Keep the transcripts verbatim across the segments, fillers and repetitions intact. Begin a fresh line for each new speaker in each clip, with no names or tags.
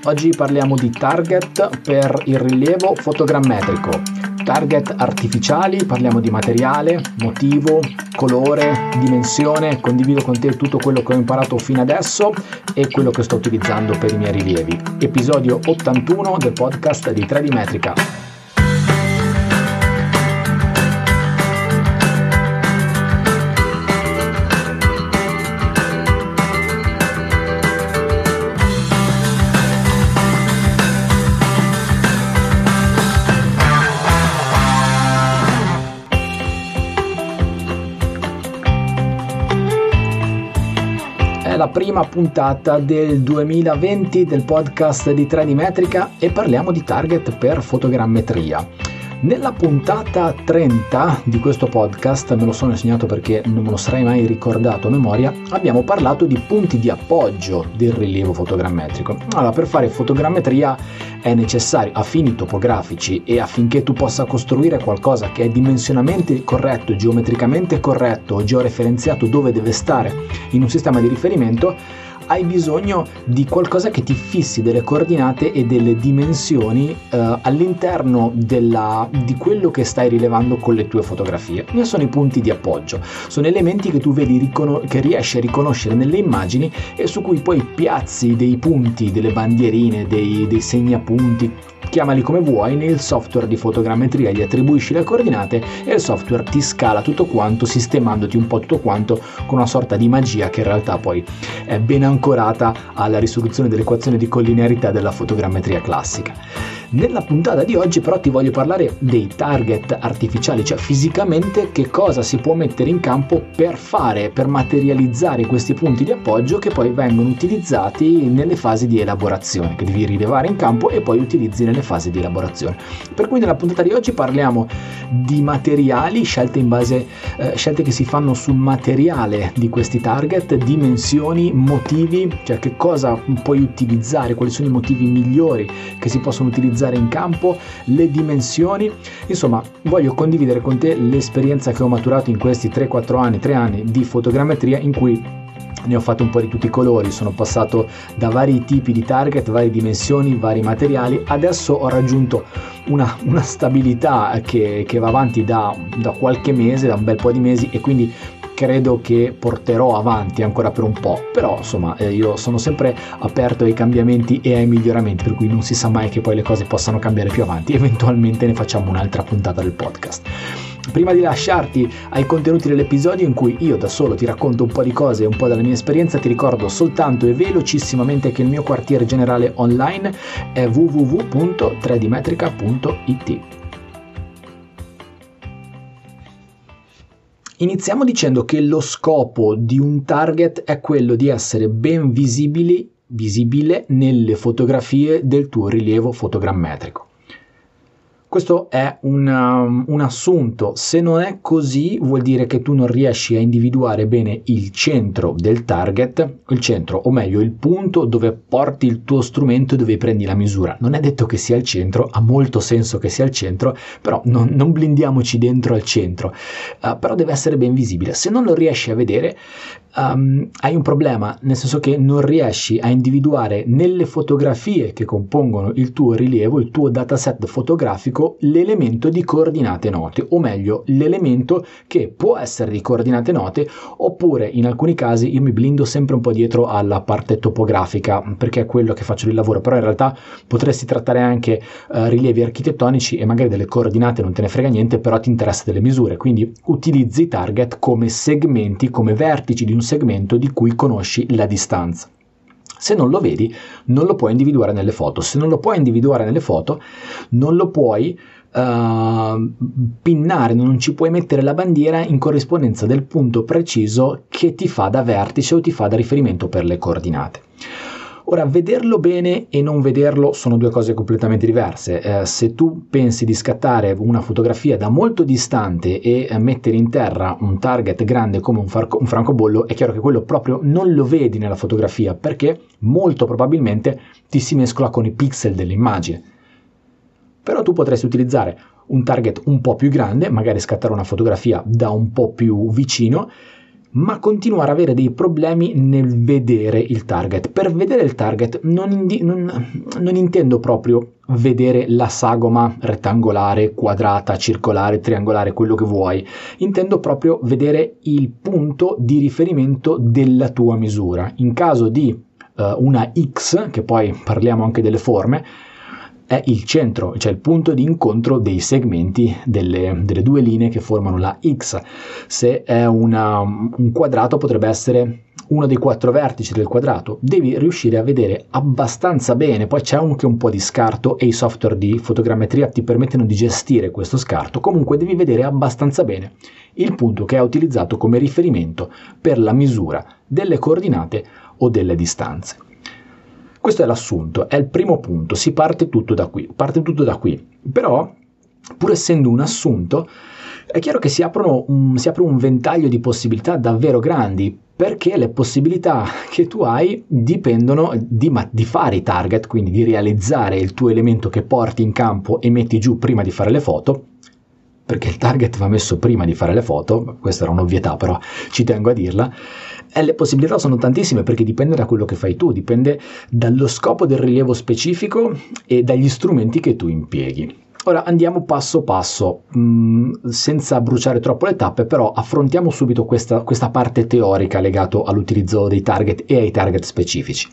Oggi parliamo di target per il rilievo fotogrammetrico, target artificiali, parliamo di materiale, motivo, colore, dimensione, condivido con te tutto quello che ho imparato fino adesso e quello che sto utilizzando per i miei rilievi. Episodio ottantuno del podcast di tre D Metrica. La prima puntata del duemilaventi del podcast di tre D Metrica e parliamo di target per fotogrammetria. Nella puntata trenta di questo podcast, me lo sono insegnato perché non me lo sarei mai ricordato a memoria, abbiamo parlato di punti di appoggio del rilievo fotogrammetrico. Allora, per fare fotogrammetria è necessario, a fini topografici e affinché tu possa costruire qualcosa che è dimensionalmente corretto, geometricamente corretto, georeferenziato dove deve stare in un sistema di riferimento, hai bisogno di qualcosa che ti fissi delle coordinate e delle dimensioni eh, all'interno della, di quello che stai rilevando con le tue fotografie. Ne sono i punti di appoggio, sono elementi che tu vedi, riconos- che riesci a riconoscere nelle immagini e su cui poi piazzi dei punti, delle bandierine, dei, dei segnapunti, chiamali come vuoi, nel software di fotogrammetria gli attribuisci le coordinate e il software ti scala tutto quanto, sistemandoti un po' tutto quanto con una sorta di magia che in realtà poi è ben ancorata alla risoluzione dell'equazione di collinearità della fotogrammetria classica. Nella puntata di oggi però ti voglio parlare dei target artificiali, cioè fisicamente che cosa si può mettere in campo per fare, per materializzare questi punti di appoggio che poi vengono utilizzati nelle fasi di elaborazione, che devi rilevare in campo e poi utilizzi nelle fasi di elaborazione. Per cui nella puntata di oggi parliamo di materiali, scelte in base, eh, scelte che si fanno sul materiale di questi target, dimensioni, motivi, cioè che cosa puoi utilizzare, quali sono i motivi migliori che si possono utilizzare in campo, le dimensioni. Insomma, voglio condividere con te l'esperienza che ho maturato in questi tre quattro anni, tre anni di fotogrammetria, in cui ne ho fatto un po' di tutti i colori, sono passato da vari tipi di target, varie dimensioni, vari materiali. Adesso ho raggiunto una, una stabilità che, che va avanti da, da qualche mese, da un bel po' di mesi, e quindi credo che porterò avanti ancora per un po', però insomma eh, io sono sempre aperto ai cambiamenti e ai miglioramenti, per cui non si sa mai che poi le cose possano cambiare più avanti, eventualmente ne facciamo un'altra puntata del podcast. Prima di lasciarti ai contenuti dell'episodio in cui io da solo ti racconto un po' di cose e un po' della mia esperienza, ti ricordo soltanto e velocissimamente che il mio quartiere generale online è w w w punto tre d metrica punto i t. Iniziamo dicendo che lo scopo di un target è quello di essere ben visibili, visibile nelle fotografie del tuo rilievo fotogrammetrico. Questo è un, um, un assunto. Se non è così, vuol dire che tu non riesci a individuare bene il centro del target, il centro, o meglio il punto dove porti il tuo strumento e dove prendi la misura. Non è detto che sia il centro, ha molto senso che sia il centro, però non, non blindiamoci dentro al centro, uh, però deve essere ben visibile. Se non lo riesci a vedere, um, hai un problema, nel senso che non riesci a individuare nelle fotografie che compongono il tuo rilievo, il tuo dataset fotografico, l'elemento di coordinate note, o meglio l'elemento che può essere di coordinate note, oppure in alcuni casi io mi blindo sempre un po' dietro alla parte topografica perché è quello che faccio di lavoro, però in realtà potresti trattare anche uh, rilievi architettonici e magari delle coordinate non te ne frega niente, però ti interessa delle misure, quindi utilizzi i target come segmenti, come vertici di un segmento di cui conosci la distanza. Se non lo vedi, non lo puoi individuare nelle foto. Se non lo puoi individuare nelle foto, non lo puoi uh, pinnare, non ci puoi mettere la bandiera in corrispondenza del punto preciso che ti fa da vertice o ti fa da riferimento per le coordinate. Ora, vederlo bene e non vederlo sono due cose completamente diverse. Eh, se tu pensi di scattare una fotografia da molto distante e eh, mettere in terra un target grande come un, farco, un francobollo, è chiaro che quello proprio non lo vedi nella fotografia, perché molto probabilmente ti si mescola con i pixel dell'immagine. Però tu potresti utilizzare un target un po' più grande, magari scattare una fotografia da un po' più vicino, ma continuare ad avere dei problemi nel vedere il target. Per vedere il target non, indi- non, non intendo proprio vedere la sagoma rettangolare, quadrata, circolare, triangolare, quello che vuoi. Intendo proprio vedere il punto di riferimento della tua misura. In caso di uh, una X, che poi parliamo anche delle forme, è il centro, cioè il punto di incontro dei segmenti delle, delle due linee che formano la X. Se è una, un quadrato, potrebbe essere uno dei quattro vertici del quadrato. Devi riuscire a vedere abbastanza bene, poi c'è anche un po' di scarto e i software di fotogrammetria ti permettono di gestire questo scarto. Comunque devi vedere abbastanza bene il punto che è utilizzato come riferimento per la misura delle coordinate o delle distanze. Questo è l'assunto, è il primo punto, si parte tutto da qui, parte tutto da qui. Però, pur essendo un assunto, è chiaro che si, aprono un, si apre un ventaglio di possibilità davvero grandi, perché le possibilità che tu hai dipendono di, di fare i target, quindi di realizzare il tuo elemento che porti in campo e metti giù prima di fare le foto, perché il target va messo prima di fare le foto, questa era un'ovvietà però ci tengo a dirla. E le possibilità sono tantissime, perché dipende da quello che fai tu, dipende dallo scopo del rilievo specifico e dagli strumenti che tu impieghi. Ora andiamo passo passo, mh, senza bruciare troppo le tappe, però affrontiamo subito questa, questa parte teorica legata all'utilizzo dei target e ai target specifici.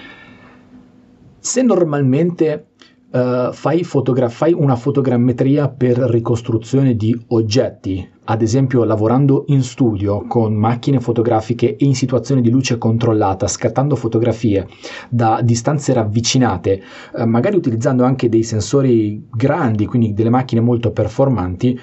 Se normalmente Uh, fai, fotogra- fai una fotogrammetria per ricostruzione di oggetti, ad esempio lavorando in studio con macchine fotografiche e in situazione di luce controllata, scattando fotografie da distanze ravvicinate, uh, magari utilizzando anche dei sensori grandi, quindi delle macchine molto performanti,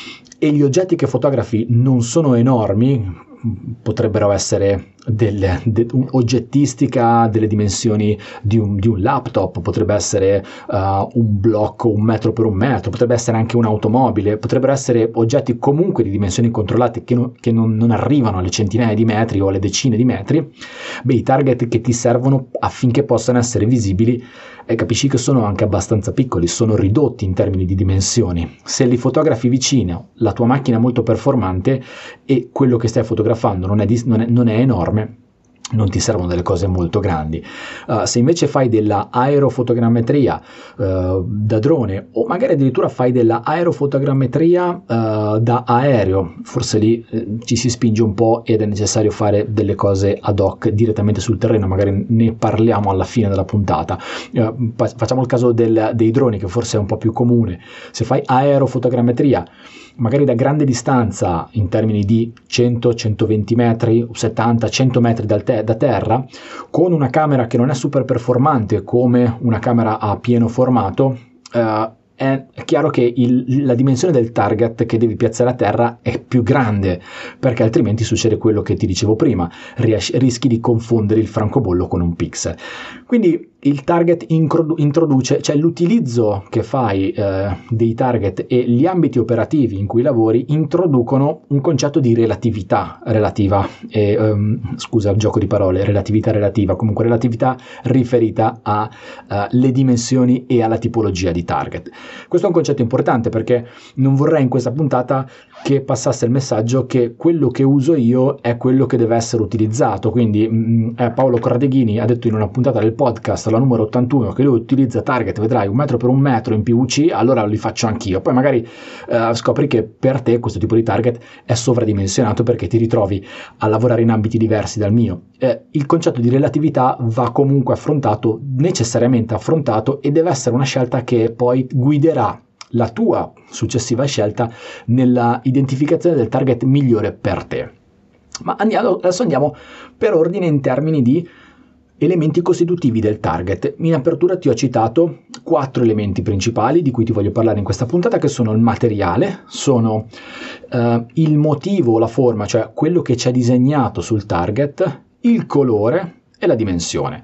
e gli oggetti che fotografi non sono enormi, potrebbero essere del, de, un, oggettistica delle dimensioni di un, di un laptop, potrebbe essere uh, un blocco un metro per un metro, potrebbe essere anche un'automobile, potrebbero essere oggetti comunque di dimensioni controllate che, no, che non, non arrivano alle centinaia di metri o alle decine di metri. Beh, i target che ti servono affinché possano essere visibili, e capisci che sono anche abbastanza piccoli, sono ridotti in termini di dimensioni. Se li fotografi vicino, la tua macchina è molto performante e quello che stai fotografando non è, non è, non è enorme, non ti servono delle cose molto grandi. Uh, se invece fai della aerofotogrammetria uh, da drone, o magari addirittura fai della aerofotogrammetria uh, da aereo, forse lì eh, ci si spinge un po' ed è necessario fare delle cose ad hoc direttamente sul terreno, magari ne parliamo alla fine della puntata. Uh, facciamo il caso del, dei droni, che forse è un po' più comune. Se fai aerofotogrammetria magari da grande distanza, in termini di cento centoventi metri, settanta cento metri dal te- da terra, con una camera che non è super performante come una camera a pieno formato, eh, è chiaro che il, la dimensione del target che devi piazzare a terra è più grande, perché altrimenti succede quello che ti dicevo prima, ries- rischi di confondere il francobollo con un pixel. Quindi il target introduce, cioè l'utilizzo che fai eh, dei target e gli ambiti operativi in cui lavori introducono un concetto di relatività relativa, e, um, scusa il gioco di parole, relatività relativa, comunque relatività riferita alle uh, dimensioni e alla tipologia di target. Questo è un concetto importante, perché non vorrei in questa puntata che passasse il messaggio che quello che uso io è quello che deve essere utilizzato. Quindi mh, eh, Paolo Corradeghini ha detto in una puntata del podcast, la numero ottantuno, che lui utilizza target, vedrai, un metro per un metro in P V C, allora li faccio anch'io. Poi magari eh, scopri che per te questo tipo di target è sovradimensionato, perché ti ritrovi a lavorare in ambiti diversi dal mio. Eh, il concetto di relatività va comunque affrontato, necessariamente affrontato, e deve essere una scelta che poi guiderà la tua successiva scelta nella identificazione del target migliore per te. Ma andiamo, adesso andiamo per ordine in termini di elementi costitutivi del target. In apertura ti ho citato quattro elementi principali di cui ti voglio parlare in questa puntata, che sono il materiale, sono uh, il motivo o la forma, cioè quello che c'è disegnato sul target, il colore e la dimensione.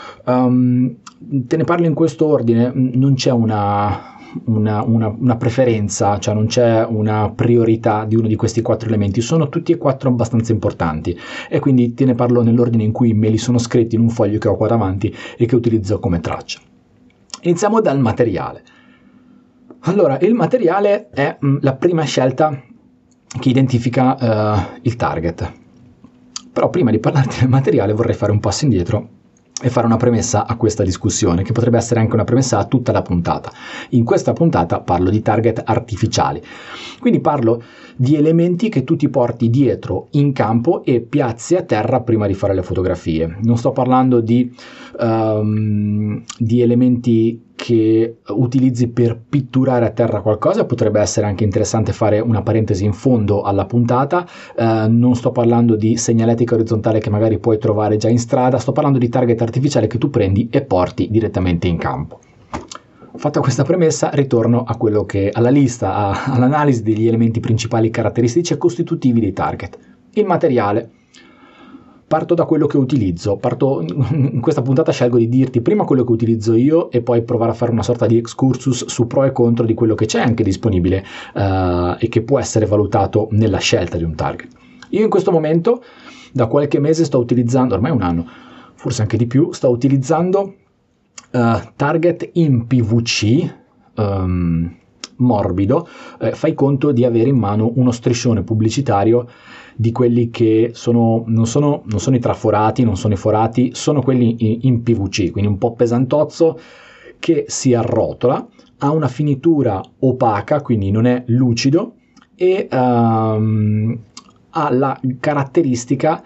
Um, te ne parlo in questo ordine, non c'è una Una, una, una preferenza, cioè non c'è una priorità di uno di questi quattro elementi, sono tutti e quattro abbastanza importanti, e quindi te ne parlo nell'ordine in cui me li sono scritti in un foglio che ho qua davanti e che utilizzo come traccia. Iniziamo dal materiale. Allora, il materiale è mh, la prima scelta che identifica uh, il target. Però prima di parlarti del materiale vorrei fare un passo indietro e fare una premessa a questa discussione, che potrebbe essere anche una premessa a tutta la puntata. In questa puntata parlo di target artificiali, quindi parlo di elementi che tu ti porti dietro in campo e piazzi a terra prima di fare le fotografie. Non sto parlando di, um, di elementi che utilizzi per pitturare a terra qualcosa. Potrebbe essere anche interessante fare una parentesi in fondo alla puntata. Uh, non sto parlando di segnaletica orizzontale che magari puoi trovare già in strada, sto parlando di target artificiale che tu prendi e porti direttamente in campo. Fatta questa premessa, ritorno a quello che alla lista, a, all'analisi degli elementi principali caratteristici e costitutivi dei target. Il materiale. Parto da quello che utilizzo. Parto, in questa puntata scelgo di dirti prima quello che utilizzo io e poi provare a fare una sorta di excursus su pro e contro di quello che c'è anche disponibile uh, e che può essere valutato nella scelta di un target. Io in questo momento, da qualche mese sto utilizzando, ormai un anno, forse anche di più, sto utilizzando Uh, target in P V C um, morbido. Eh, fai conto di avere in mano uno striscione pubblicitario di quelli che sono non, sono non sono i traforati, non sono i forati, sono quelli in, in P V C, quindi un po' pesantozzo, che si arrotola, ha una finitura opaca, quindi non è lucido e um, ha la caratteristica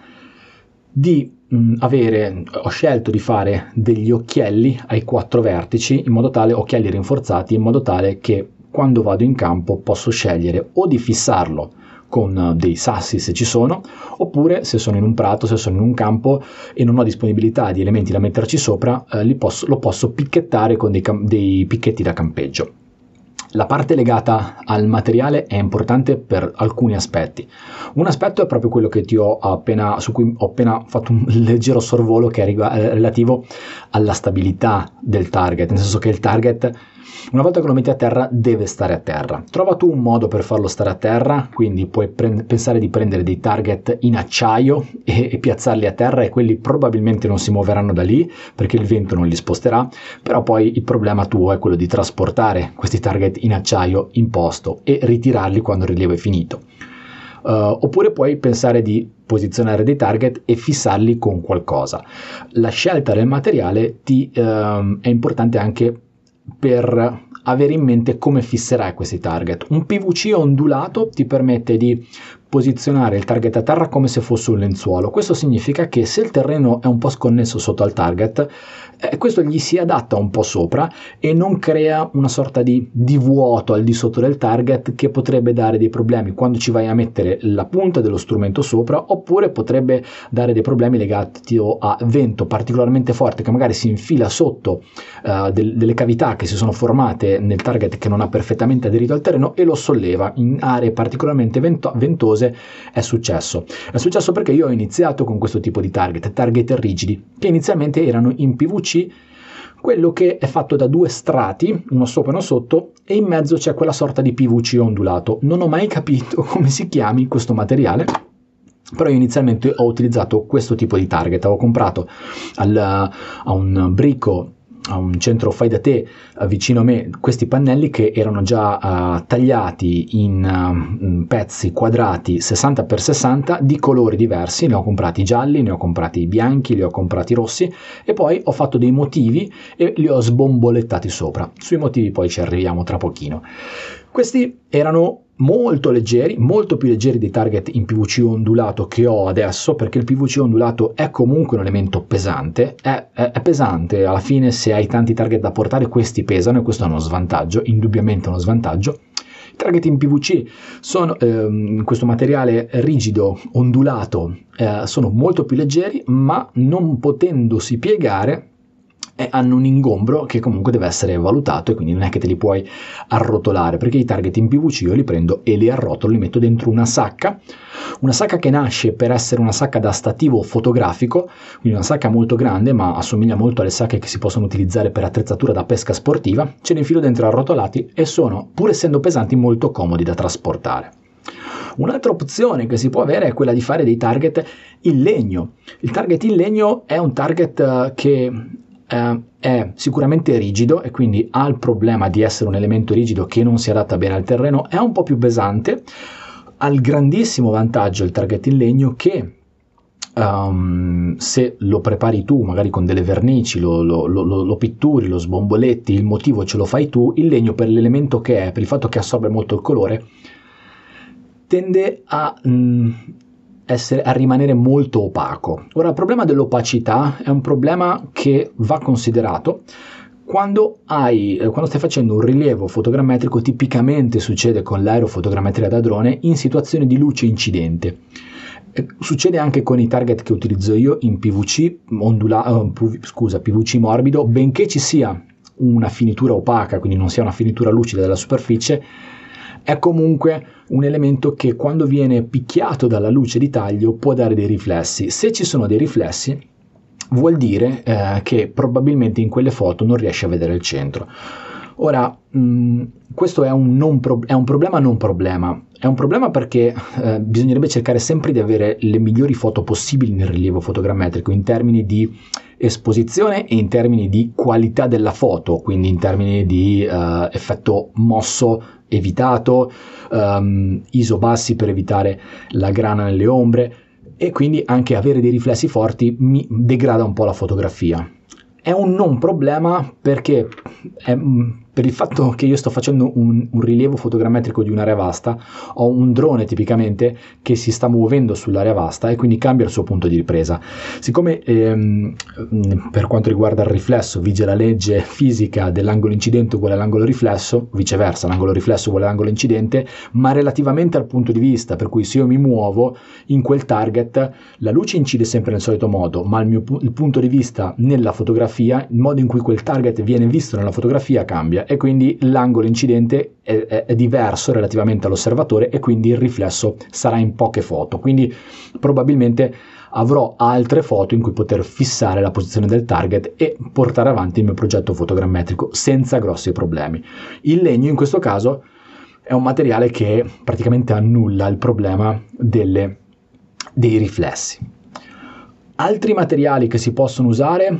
di avere, ho scelto di fare degli occhielli ai quattro vertici, in modo tale, occhielli rinforzati, in modo tale che quando vado in campo posso scegliere o di fissarlo con dei sassi se ci sono, oppure se sono in un prato, se sono in un campo e non ho disponibilità di elementi da metterci sopra, eh, li posso, lo posso picchettare con dei, cam- dei picchetti da campeggio. La parte legata al materiale è importante per alcuni aspetti. Un aspetto è proprio quello che ti ho appena, su cui ho appena fatto un leggero sorvolo, che è relativo alla stabilità del target, nel senso che il target, una volta che lo metti a terra, deve stare a terra. Trova tu un modo per farlo stare a terra, quindi puoi pre- pensare di prendere dei target in acciaio e, e piazzarli a terra, e quelli probabilmente non si muoveranno da lì perché il vento non li sposterà, però poi il problema tuo è quello di trasportare questi target in acciaio in posto e ritirarli quando il rilievo è finito. Uh, oppure puoi pensare di posizionare dei target e fissarli con qualcosa. La scelta del materiale ti, uh, è importante anche per avere in mente come fisserai questi target. Un P V C ondulato ti permette di posizionare il target a terra come se fosse un lenzuolo. Questo significa che se il terreno è un po' sconnesso sotto al target, eh, questo gli si adatta un po' sopra e non crea una sorta di, di vuoto al di sotto del target, che potrebbe dare dei problemi quando ci vai a mettere la punta dello strumento sopra, oppure potrebbe dare dei problemi legati a vento particolarmente forte che magari si infila sotto uh, del, delle cavità che si sono formate nel target che non ha perfettamente aderito al terreno e lo solleva in aree particolarmente vento- ventose. È successo. È successo perché io ho iniziato con questo tipo di target, target rigidi, che inizialmente erano in P V C, quello che è fatto da due strati, uno sopra e uno sotto, e in mezzo c'è quella sorta di P V C ondulato. Non ho mai capito come si chiami questo materiale, però io inizialmente ho utilizzato questo tipo di target. Avevo comprato al, a un brico, a un centro fai da te uh, vicino a me, questi pannelli che erano già uh, tagliati in uh, pezzi quadrati sessanta per sessanta di colori diversi. Ne ho comprati gialli, ne ho comprati bianchi, li ho comprati rossi, e poi ho fatto dei motivi e li ho sbombolettati sopra. Sui motivi poi ci arriviamo tra pochino. Questi erano molto leggeri, molto più leggeri dei target in P V C ondulato che ho adesso, perché il P V C ondulato è comunque un elemento pesante, è, è, è pesante, alla fine se hai tanti target da portare questi pesano, e questo è uno svantaggio, indubbiamente uno svantaggio. I target in P V C sono ehm, questo materiale rigido, ondulato, eh, sono molto più leggeri, ma non potendosi piegare e hanno un ingombro che comunque deve essere valutato, e quindi non è che te li puoi arrotolare, perché i target in P V C io li prendo e li arrotolo, li metto dentro una sacca, una sacca che nasce per essere una sacca da stativo fotografico, quindi una sacca molto grande, ma assomiglia molto alle sacche che si possono utilizzare per attrezzatura da pesca sportiva. Ce li infilo dentro arrotolati e sono, pur essendo pesanti, molto comodi da trasportare. Un'altra opzione che si può avere è quella di fare dei target in legno. Il target in legno è un target che Uh, è sicuramente rigido e quindi ha il problema di essere un elemento rigido che non si adatta bene al terreno, è un po' più pesante, ha il grandissimo vantaggio il target in legno che um, se lo prepari tu, magari con delle vernici, lo, lo, lo, lo pitturi, lo sbomboletti, il motivo ce lo fai tu, il legno, per l'elemento che è, per il fatto che assorbe molto il colore, tende a, mh, essere, a rimanere molto opaco. Ora, il problema dell'opacità è un problema che va considerato quando, hai, quando stai facendo un rilievo fotogrammetrico. Tipicamente succede con l'aerofotogrammetria da drone in situazioni di luce incidente. Succede anche con i target che utilizzo io in P V C, ondula, scusa, P V C morbido, benché ci sia una finitura opaca, quindi non sia una finitura lucida della superficie, è comunque un elemento che quando viene picchiato dalla luce di taglio può dare dei riflessi. Se ci sono dei riflessi, vuol dire eh, che probabilmente in quelle foto non riesci a vedere il centro. Ora, mh, questo è un, non pro- è un problema non problema. È un problema perché eh, bisognerebbe cercare sempre di avere le migliori foto possibili nel rilievo fotogrammetrico, in termini di esposizione e in termini di qualità della foto, quindi in termini di eh, effetto mosso evitato, um, I S O bassi per evitare la grana nelle ombre, e quindi anche avere dei riflessi forti mi degrada un po' la fotografia. È un non problema perché è, per il fatto che io sto facendo un, un rilievo fotogrammetrico di un'area vasta, ho un drone tipicamente che si sta muovendo sull'area vasta e quindi cambia il suo punto di ripresa. Siccome ehm, per quanto riguarda il riflesso vige la legge fisica dell'angolo incidente uguale all'angolo riflesso, viceversa, l'angolo riflesso uguale all'angolo incidente, ma relativamente al punto di vista, per cui se io mi muovo in quel target, la luce incide sempre nel solito modo, ma il mio il punto di vista nella fotografia, il modo in cui quel target viene visto nella fotografia cambia, e quindi l'angolo incidente è, è, è diverso relativamente all'osservatore, e quindi il riflesso sarà in poche foto. Quindi probabilmente avrò altre foto in cui poter fissare la posizione del target e portare avanti il mio progetto fotogrammetrico senza grossi problemi. Il legno in questo caso è un materiale che praticamente annulla il problema delle, dei riflessi. Altri materiali che si possono usare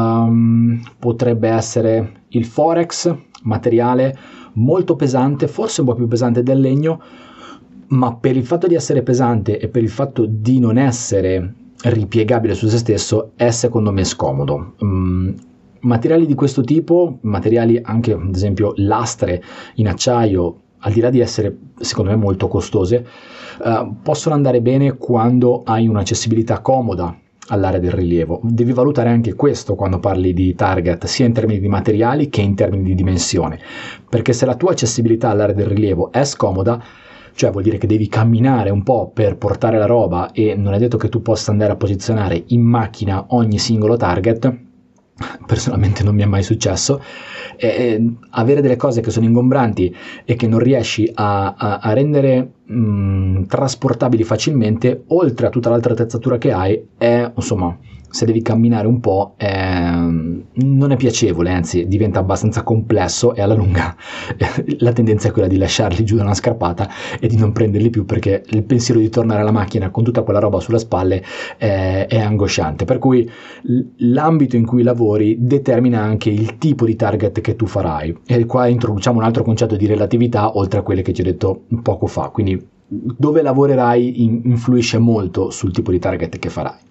um, potrebbe essere il Forex, materiale molto pesante, forse un po' più pesante del legno, ma per il fatto di essere pesante e per il fatto di non essere ripiegabile su se stesso è secondo me scomodo. Um, materiali di questo tipo, materiali anche ad esempio lastre in acciaio, al di là di essere secondo me molto costose, uh, possono andare bene quando hai un'accessibilità comoda all'area del rilievo. Devi valutare anche questo quando parli di target, sia in termini di materiali che in termini di dimensione, perché se la tua accessibilità all'area del rilievo è scomoda, cioè vuol dire che devi camminare un po' per portare la roba e non è detto che tu possa andare a posizionare in macchina ogni singolo target. Personalmente non mi è mai successo. Eh, avere delle cose che sono ingombranti e che non riesci a, a, a rendere mh, trasportabili facilmente, oltre a tutta l'altra attrezzatura che hai, è, insomma, se devi camminare un po' è, non è piacevole, anzi diventa abbastanza complesso, e alla lunga la tendenza è quella di lasciarli giù da una scarpata e di non prenderli più, perché il pensiero di tornare alla macchina con tutta quella roba sulle spalle è, è angosciante. Per cui l'ambito in cui lavori determina anche il tipo di target che tu farai, e qua introduciamo un altro concetto di relatività oltre a quelle che ti ho detto poco fa. Quindi dove lavorerai influisce molto sul tipo di target che farai.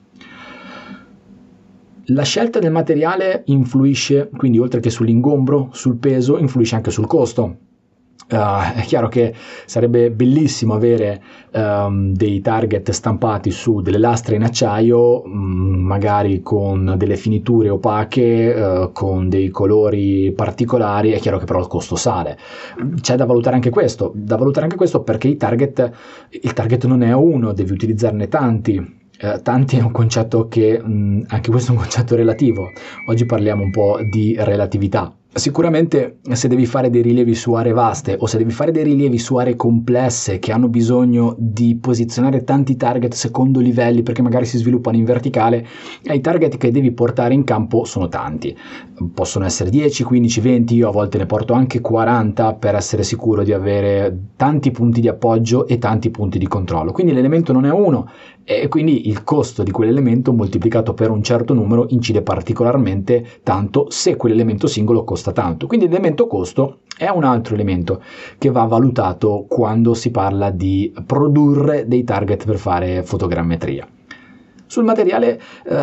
La scelta del materiale influisce, quindi oltre che sull'ingombro, sul peso, influisce anche sul costo. Uh, è chiaro che sarebbe bellissimo avere um, dei target stampati su delle lastre in acciaio, um, magari con delle finiture opache, uh, con dei colori particolari. È chiaro che però il costo sale. C'è da valutare anche questo, da valutare anche questo perché i target, il target non è uno, devi utilizzarne tanti. Uh, tanti è un concetto che, mh, anche questo è un concetto relativo. Oggi parliamo un po' di relatività. Sicuramente se devi fare dei rilievi su aree vaste, o se devi fare dei rilievi su aree complesse che hanno bisogno di posizionare tanti target secondo livelli, perché magari si sviluppano in verticale, e i target che devi portare in campo sono tanti. Possono essere dieci, quindici, venti, io a volte ne porto anche quaranta per essere sicuro di avere tanti punti di appoggio e tanti punti di controllo. Quindi l'elemento non è uno, e quindi il costo di quell'elemento moltiplicato per un certo numero incide particolarmente tanto se quell'elemento singolo costa tanto. Quindi l'elemento costo è un altro elemento che va valutato quando si parla di produrre dei target per fare fotogrammetria. Sul materiale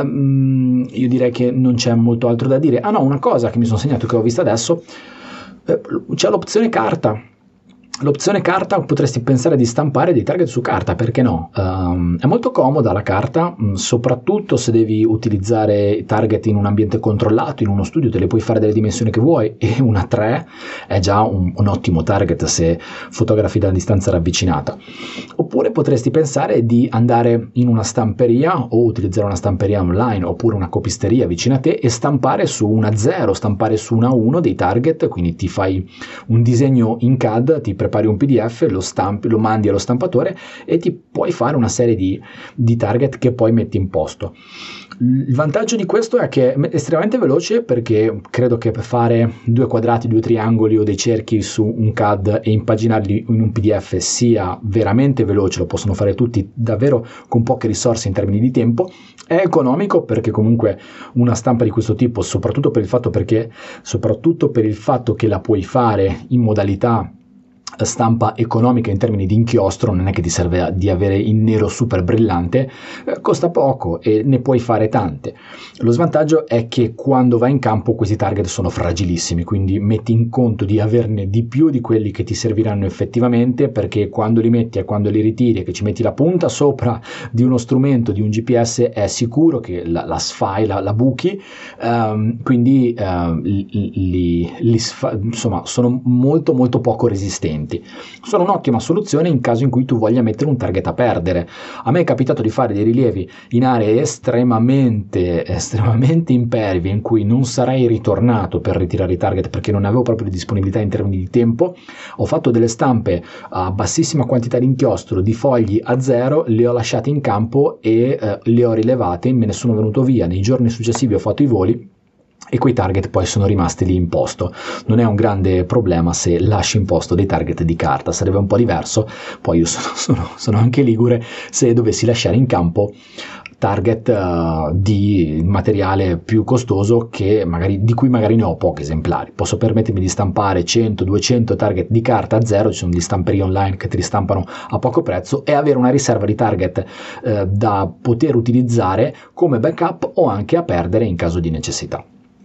ehm, io direi che non c'è molto altro da dire. Ah no, una cosa che mi sono segnato, che ho visto adesso, eh, c'è l'opzione carta. L'opzione carta, potresti pensare di stampare dei target su carta, perché no? Um, è molto comoda la carta, mh, soprattutto se devi utilizzare target in un ambiente controllato, in uno studio te le puoi fare delle dimensioni che vuoi, e una tre è già un, un ottimo target se fotografi da distanza ravvicinata. Oppure potresti pensare di andare in una stamperia o utilizzare una stamperia online oppure una copisteria vicino a te e stampare su una zero, stampare su una uno dei target, quindi ti fai un disegno in C A D, ti prepari un P D F, lo stampi, lo mandi allo stampatore e ti puoi fare una serie di, di target che poi metti in posto. Il vantaggio di questo è che è estremamente veloce, perché credo che per fare due quadrati, due triangoli o dei cerchi su un C A D e impaginarli in un P D F sia veramente veloce, lo possono fare tutti davvero con poche risorse in termini di tempo. È economico, perché comunque una stampa di questo tipo, soprattutto per il fatto perché soprattutto per il fatto che la puoi fare in modalità stampa economica in termini di inchiostro, non è che ti serve di avere il nero super brillante, eh, costa poco e ne puoi fare tante. Lo svantaggio è che quando vai in campo questi target sono fragilissimi, quindi metti in conto di averne di più di quelli che ti serviranno effettivamente, perché quando li metti e quando li ritiri e che ci metti la punta sopra di uno strumento, di un G P S, è sicuro che la, la sfai, la, la buchi, um, quindi uh, li, li, li sfa- insomma sono molto molto poco resistenti. Sono un'ottima soluzione in caso in cui tu voglia mettere un target a perdere. A me è capitato di fare dei rilievi in aree estremamente estremamente impervie, in cui non sarei ritornato per ritirare i target perché non avevo proprio disponibilità in termini di tempo. Ho fatto delle stampe a bassissima quantità di inchiostro, di fogli a zero, le ho lasciate in campo e eh, le ho rilevate, me ne sono venuto via. Nei giorni successivi ho fatto i voli e quei target poi sono rimasti lì in posto. Non è un grande problema se lasci in posto dei target di carta, sarebbe un po' diverso. Poi io sono, sono, sono anche ligure, se dovessi lasciare in campo target uh, di materiale più costoso, che magari, di cui magari ne ho pochi esemplari. Posso permettermi di stampare cento duecento target di carta a zero, ci sono gli stamperie online che ti ristampano a poco prezzo, e avere una riserva di target uh, da poter utilizzare come backup o anche a perdere in caso di necessità.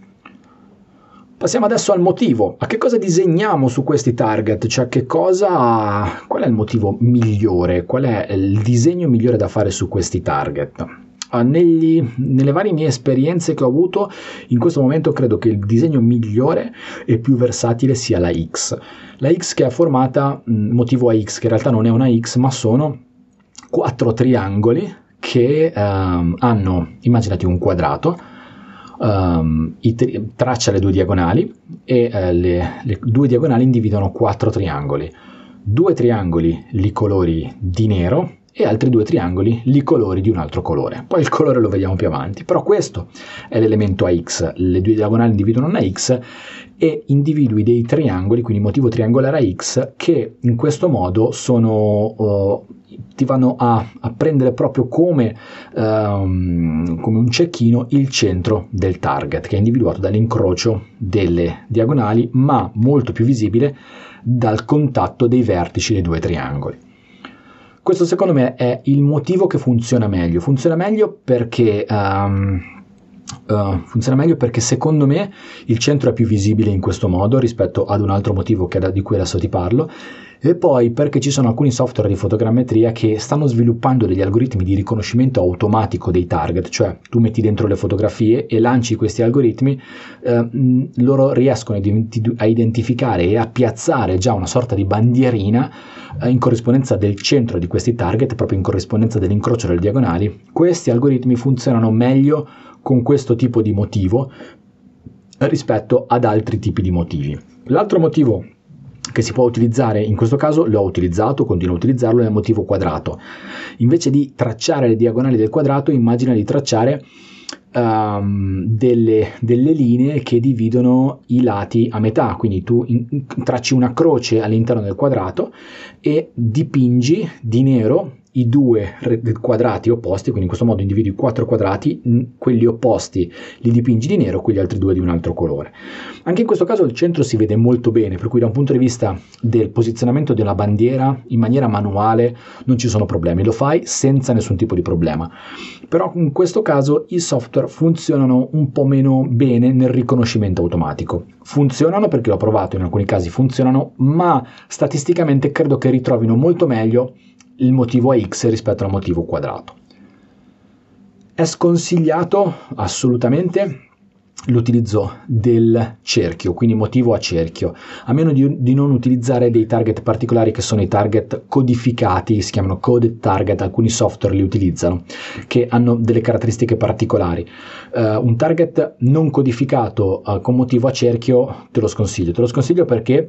Passiamo adesso al motivo. A che cosa disegniamo su questi target? Cioè, che cosa, qual è il motivo migliore? Qual è il disegno migliore da fare su questi target? Negli, nelle varie mie esperienze che ho avuto, in questo momento credo che il disegno migliore e più versatile sia la X. La X che è formata, motivo A X, che in realtà non è una X, ma sono quattro triangoli che ehm, hanno, immaginati un quadrato, Um, i tri- traccia le due diagonali e uh, le, le due diagonali individuano quattro triangoli. Due triangoli li colori di nero e altri due triangoli li colori di un altro colore. Poi il colore lo vediamo più avanti, però questo è l'elemento A X. Le due diagonali individuano una X e individui dei triangoli, quindi motivo triangolare A X, che in questo modo sono uh, ti vanno a, a prendere proprio come, um, come un cecchino il centro del target, che è individuato dall'incrocio delle diagonali, ma molto più visibile dal contatto dei vertici dei due triangoli. Questo secondo me è il motivo che funziona meglio. Funziona meglio perché um, uh, funziona meglio perché secondo me il centro è più visibile in questo modo rispetto ad un altro motivo che, di cui adesso ti parlo. E poi perché ci sono alcuni software di fotogrammetria che stanno sviluppando degli algoritmi di riconoscimento automatico dei target, cioè tu metti dentro le fotografie e lanci questi algoritmi, eh, loro riescono a identificare e a piazzare già una sorta di bandierina eh, in corrispondenza del centro di questi target, proprio in corrispondenza dell'incrocio delle diagonali. Questi algoritmi funzionano meglio con questo tipo di motivo rispetto ad altri tipi di motivi. L'altro motivo che si può utilizzare, in questo caso l'ho utilizzato, continuo a utilizzarlo, è il motivo quadrato. Invece di tracciare le diagonali del quadrato, immagina di tracciare um, delle, delle linee che dividono i lati a metà, quindi tu in, in, tracci una croce all'interno del quadrato e dipingi di nero i due quadrati opposti, quindi in questo modo individui quattro quadrati, quelli opposti li dipingi di nero, quegli altri due di un altro colore. Anche in questo caso il centro si vede molto bene, per cui da un punto di vista del posizionamento della bandiera in maniera manuale non ci sono problemi, lo fai senza nessun tipo di problema. Però in questo caso i software funzionano un po' meno bene nel riconoscimento automatico. Funzionano perché l'ho provato, in alcuni casi funzionano, ma statisticamente credo che ritrovino molto meglio il motivo a X rispetto al motivo quadrato. È sconsigliato assolutamente l'utilizzo del cerchio, quindi motivo a cerchio, a meno di, di non utilizzare dei target particolari che sono i target codificati, si chiamano coded target, alcuni software li utilizzano, che hanno delle caratteristiche particolari. Uh, un target non codificato uh, con motivo a cerchio te lo sconsiglio, te lo sconsiglio perché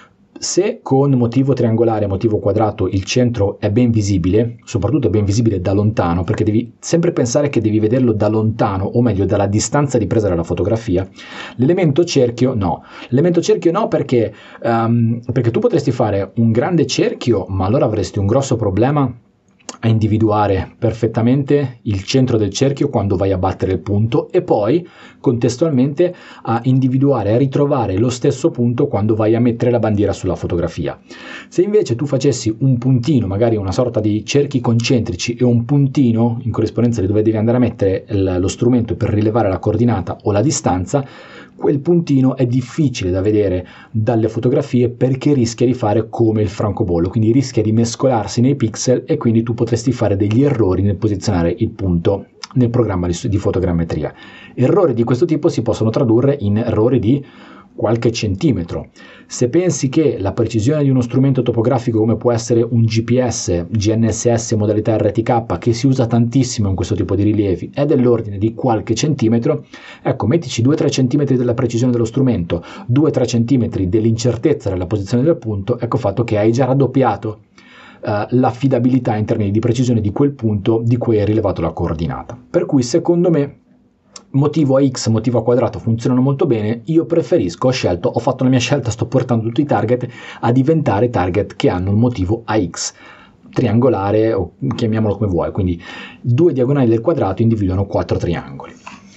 se con motivo triangolare e motivo quadrato il centro è ben visibile, soprattutto è ben visibile da lontano, perché devi sempre pensare che devi vederlo da lontano, o meglio dalla distanza di presa della fotografia, l'elemento cerchio no. L'elemento cerchio no perché, um, perché tu potresti fare un grande cerchio, ma allora avresti un grosso problema a individuare perfettamente il centro del cerchio quando vai a battere il punto e poi contestualmente a individuare, a ritrovare lo stesso punto quando vai a mettere la bandiera sulla fotografia. Se invece tu facessi un puntino, magari una sorta di cerchi concentrici e un puntino in corrispondenza di dove devi andare a mettere lo strumento per rilevare la coordinata o la distanza, quel puntino è difficile da vedere dalle fotografie perché rischia di fare come il francobollo, quindi rischia di mescolarsi nei pixel e quindi tu potresti fare degli errori nel posizionare il punto nel programma di, di fotogrammetria. Errori di questo tipo si possono tradurre in errori di qualche centimetro. Se pensi che la precisione di uno strumento topografico come può essere un G P S, G N S S modalità R T K, che si usa tantissimo in questo tipo di rilievi, è dell'ordine di qualche centimetro, ecco, mettici due tre centimetri della precisione dello strumento, due tre centimetri dell'incertezza della posizione del punto, ecco fatto che hai già raddoppiato uh, l'affidabilità in termini di precisione di quel punto di cui hai rilevato la coordinata. Per cui secondo me motivo a X, motivo a quadrato funzionano molto bene. Io preferisco, ho scelto, ho fatto la mia scelta, sto portando tutti i target a diventare target che hanno un motivo a X, triangolare o chiamiamolo come vuoi, quindi due diagonali del quadrato individuano quattro triangoli.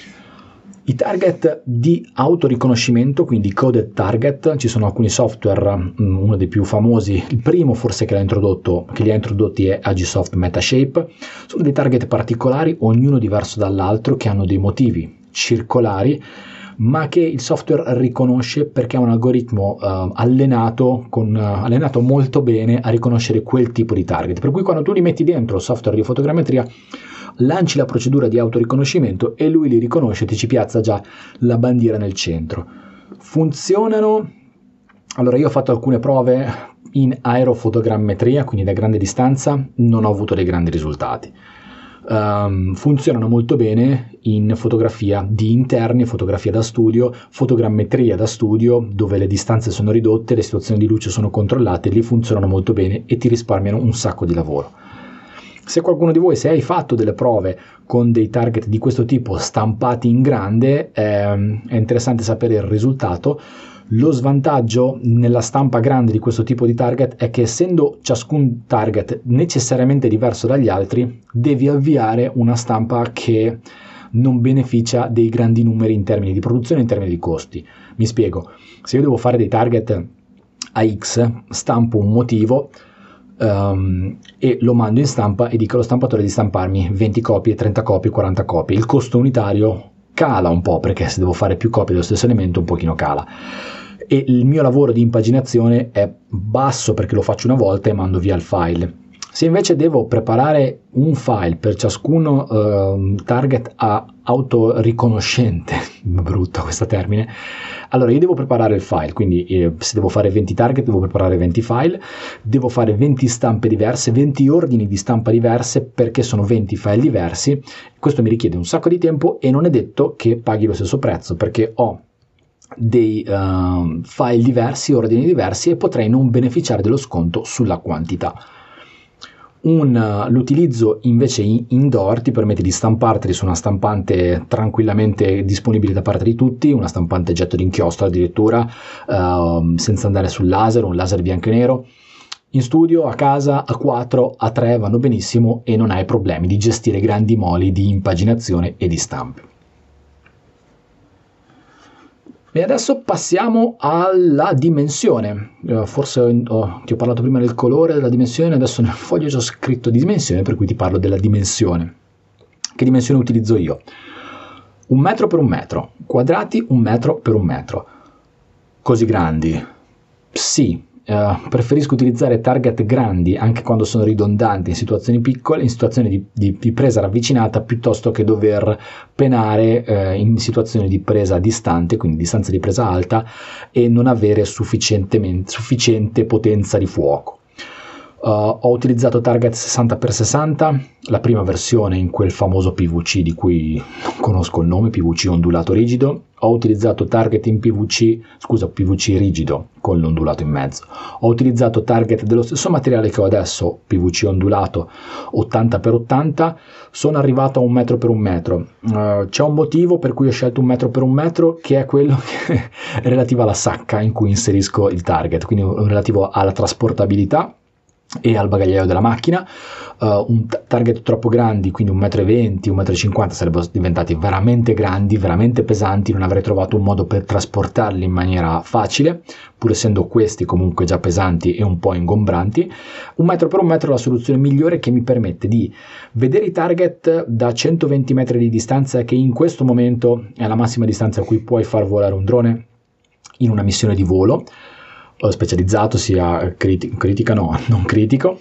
I target di autoriconoscimento, quindi coded target, ci sono alcuni software, uno dei più famosi, il primo forse che l'ha introdotto, che li ha introdotti è Agisoft Metashape. Sono dei target particolari, ognuno diverso dall'altro, che hanno dei motivi circolari, ma che il software riconosce perché ha un algoritmo uh, allenato, con, uh, allenato molto bene a riconoscere quel tipo di target. Per cui quando tu li metti dentro il software di fotogrammetria, lanci la procedura di autoriconoscimento e lui li riconosce e ti ci piazza già la bandiera nel centro. Funzionano? Allora, io ho fatto alcune prove in aerofotogrammetria, quindi da grande distanza, non ho avuto dei grandi risultati. Um, funzionano molto bene in fotografia di interni, fotografia da studio, fotogrammetria da studio, dove le distanze sono ridotte, le situazioni di luce sono controllate, lì funzionano molto bene e ti risparmiano un sacco di lavoro. Se qualcuno di voi, se hai fatto delle prove con dei target di questo tipo stampati in grande, ehm, è interessante sapere il risultato. Lo svantaggio nella stampa grande di questo tipo di target è che, essendo ciascun target necessariamente diverso dagli altri, devi avviare una stampa che non beneficia dei grandi numeri in termini di produzione e in termini di costi. Mi spiego: se io devo fare dei target a X, stampo un motivo Um, e lo mando in stampa e dico allo stampatore di stamparmi venti copie, trenta copie, quaranta copie. Il costo unitario cala un po', perché se devo fare più copie dello stesso elemento un pochino cala, e il mio lavoro di impaginazione è basso perché lo faccio una volta e mando via il file. Se invece devo preparare un file per ciascuno uh, target a autoriconoscente, brutto questo termine, allora io devo preparare il file, quindi eh, se devo fare venti target devo preparare venti file, devo fare venti stampe diverse, venti ordini di stampa diverse, perché sono venti file diversi. Questo mi richiede un sacco di tempo e non è detto che paghi lo stesso prezzo, perché ho dei uh, file diversi, ordini diversi, e potrei non beneficiare dello sconto sulla quantità. Un, uh, l'utilizzo invece in, indoor ti permette di stamparteli su una stampante tranquillamente disponibile da parte di tutti, una stampante getto d'inchiostro addirittura, uh, senza andare sul laser, un laser bianco e nero. In studio, a casa, A quattro, A tre vanno benissimo e non hai problemi di gestire grandi moli di impaginazione e di stampe. E adesso passiamo alla dimensione. Uh, forse oh, ti ho parlato prima del colore, della dimensione, adesso nel foglio c'ho scritto dimensione, per cui ti parlo della dimensione. Che dimensione utilizzo io? Un metro per un metro, quadrati un metro per un metro. Così grandi? Sì. Uh, preferisco utilizzare target grandi anche quando sono ridondanti in situazioni piccole, in situazioni di, di, di presa ravvicinata, piuttosto che dover penare uh, in situazioni di presa distante, quindi distanza di presa alta, e non avere sufficientemente, sufficiente potenza di fuoco. Uh, ho utilizzato target sessanta per sessanta, la prima versione in quel famoso P V C di cui non conosco il nome, P V C ondulato rigido. Ho utilizzato target in P V C, scusa, P V C rigido con l'ondulato in mezzo. Ho utilizzato target dello stesso materiale che ho adesso, P V C ondulato ottanta per ottanta. Sono arrivato a un metro per un metro. Uh, c'è un motivo per cui ho scelto un metro per un metro, che è quello che è relativo alla sacca in cui inserisco il target, quindi relativo alla trasportabilità e al bagagliaio della macchina. Uh, un t- target troppo grandi, quindi un metro e venti, un metro e cinquanta, sarebbero diventati veramente grandi, veramente pesanti, non avrei trovato un modo per trasportarli in maniera facile, pur essendo questi comunque già pesanti e un po' ingombranti. Un metro per un metro è la soluzione migliore, che mi permette di vedere i target da centoventi metri di distanza, che in questo momento è la massima distanza a cui puoi far volare un drone in una missione di volo specializzato, sia criti- critica no, non critico.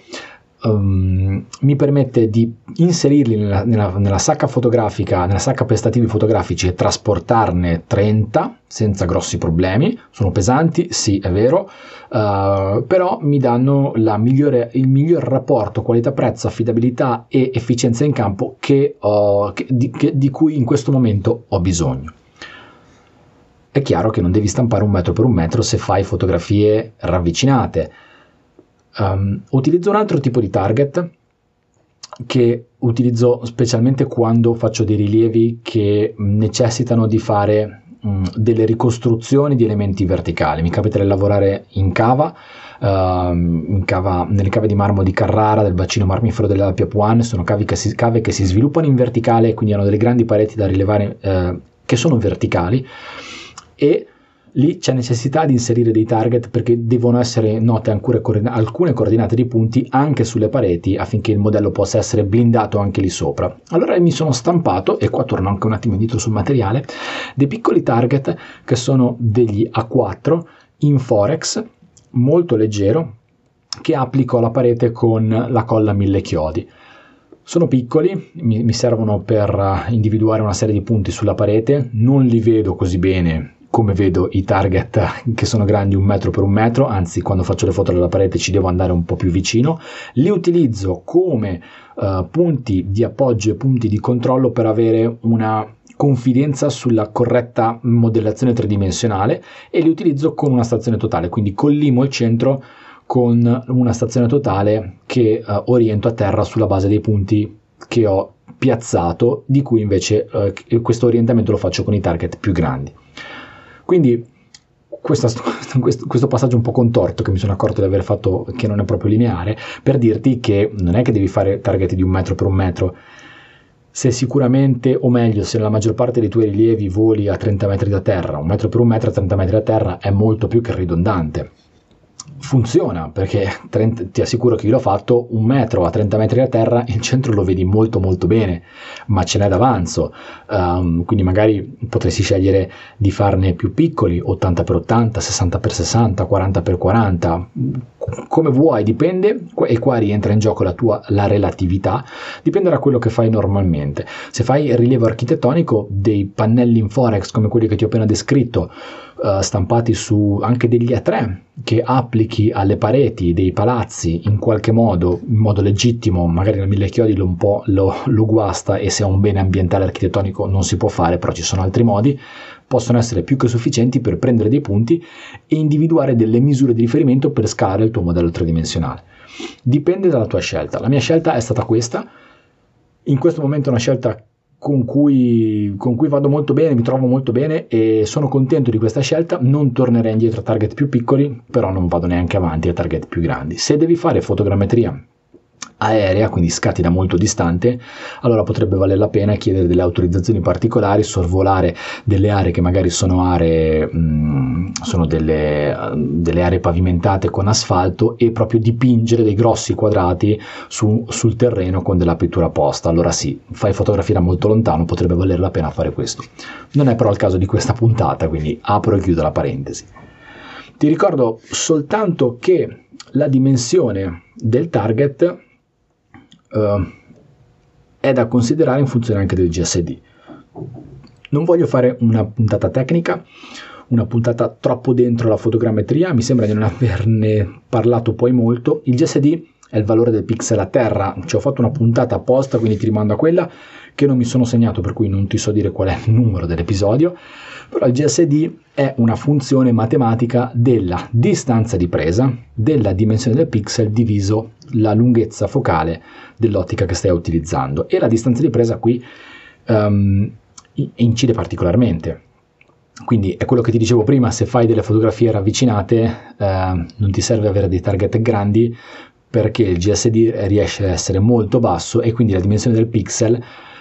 Um, mi permette di inserirli nella, nella, nella sacca fotografica, nella sacca per stativi fotografici, e trasportarne trenta senza grossi problemi. Sono pesanti, sì, è vero, uh, però mi danno la migliore, il miglior rapporto qualità-prezzo, affidabilità e efficienza in campo che ho, che, di, che, di cui in questo momento ho bisogno. È chiaro che non devi stampare un metro per un metro se fai fotografie ravvicinate. Um, utilizzo un altro tipo di target, che utilizzo specialmente quando faccio dei rilievi che necessitano di fare um, delle ricostruzioni di elementi verticali. Mi capita di lavorare in cava, uh, in cava, nelle cave di marmo di Carrara, del bacino marmifero dell'Alpi Apuane. Sono cave che, si, cave che si sviluppano in verticale, quindi hanno delle grandi pareti da rilevare uh, che sono verticali, e lì c'è necessità di inserire dei target, perché devono essere note ancora alcune coordinate di punti anche sulle pareti, affinché il modello possa essere blindato anche lì sopra. Allora mi sono stampato, e qua torno anche un attimo indietro sul materiale, dei piccoli target che sono degli A quattro in Forex, molto leggero, che applico alla parete con la colla mille chiodi. Sono piccoli, mi, mi servono per individuare una serie di punti sulla parete, non li vedo così bene come vedo i target che sono grandi un metro per un metro, anzi quando faccio le foto della parete ci devo andare un po' più vicino. Li utilizzo come uh, punti di appoggio e punti di controllo per avere una confidenza sulla corretta modellazione tridimensionale, e li utilizzo con una stazione totale, quindi collimo il centro con una stazione totale che uh, oriento a terra sulla base dei punti che ho piazzato, di cui invece uh, questo orientamento lo faccio con i target più grandi. Quindi questa, questo, questo passaggio un po' contorto che mi sono accorto di aver fatto, che non è proprio lineare, per dirti che non è che devi fare target di un metro per un metro. Se sicuramente, o meglio, se nella maggior parte dei tuoi rilievi voli a trenta metri da terra, un metro per un metro a trenta metri da terra è molto più che ridondante. Funziona, perché trenta, ti assicuro che io l'ho fatto, un metro a trenta metri da terra, il centro lo vedi molto molto bene, ma ce n'è d'avanzo, um, quindi magari potresti scegliere di farne più piccoli, ottanta per ottanta, sessanta per sessanta, quaranta per quaranta, come vuoi, dipende, e qua rientra in gioco la tua la relatività, dipende da quello che fai normalmente. Se fai rilievo architettonico, dei pannelli in Forex come quelli che ti ho appena descritto, Uh, stampati su anche degli A tre, che applichi alle pareti dei palazzi in qualche modo, in modo legittimo, magari nel mille chiodi lo un po' lo, lo guasta, e se è un bene ambientale architettonico non si può fare, però ci sono altri modi, possono essere più che sufficienti per prendere dei punti e individuare delle misure di riferimento per scalare il tuo modello tridimensionale. Dipende dalla tua scelta. La mia scelta è stata questa. In questo momento è una scelta con cui, con cui vado molto bene, mi trovo molto bene e sono contento di questa scelta. Non tornerei indietro a target più piccoli, però non vado neanche avanti a target più grandi. Se devi fare fotogrammetria aerea, quindi scatti da molto distante, allora potrebbe valere la pena chiedere delle autorizzazioni particolari, sorvolare delle aree che magari sono aree mh, sono delle, delle aree pavimentate con asfalto e proprio dipingere dei grossi quadrati su, sul terreno con della pittura posta. Allora sì, fai fotografia da molto lontano, potrebbe valere la pena fare questo. Non è però il caso di questa puntata, quindi apro e chiudo la parentesi. Ti ricordo soltanto che la dimensione del target Uh, è da considerare in funzione anche del G S D. Non voglio fare una puntata tecnica, una puntata troppo dentro la fotogrammetria, mi sembra di non averne parlato poi molto. Il G S D è il valore del pixel a terra, ci ho fatto una puntata apposta, quindi ti rimando a quella che non mi sono segnato, per cui non ti so dire qual è il numero dell'episodio, però il G S D è una funzione matematica della distanza di presa, della dimensione del pixel diviso la lunghezza focale dell'ottica che stai utilizzando, e la distanza di presa qui um, incide particolarmente. Quindi è quello che ti dicevo prima: se fai delle fotografie ravvicinate eh, non ti serve avere dei target grandi, perché il G S D riesce a essere molto basso e quindi la dimensione del pixel,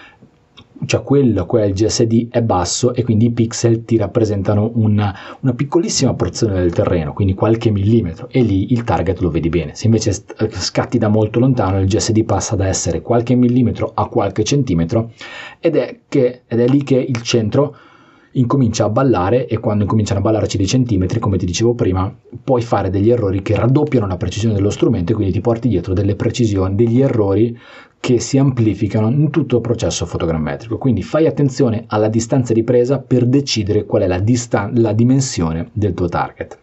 cioè quello che è il G S D, è basso, e quindi i pixel ti rappresentano una, una piccolissima porzione del terreno, quindi qualche millimetro, e lì il target lo vedi bene. Se invece scatti da molto lontano, il G S D passa da essere qualche millimetro a qualche centimetro, ed è, che, ed è lì che il centro incomincia a ballare, e quando incominciano a ballarci dei centimetri, come ti dicevo prima, puoi fare degli errori che raddoppiano la precisione dello strumento, e quindi ti porti dietro delle precisioni, degli errori che si amplificano in tutto il processo fotogrammetrico. Quindi fai attenzione alla distanza di presa per decidere qual è la, distan- la dimensione del tuo target.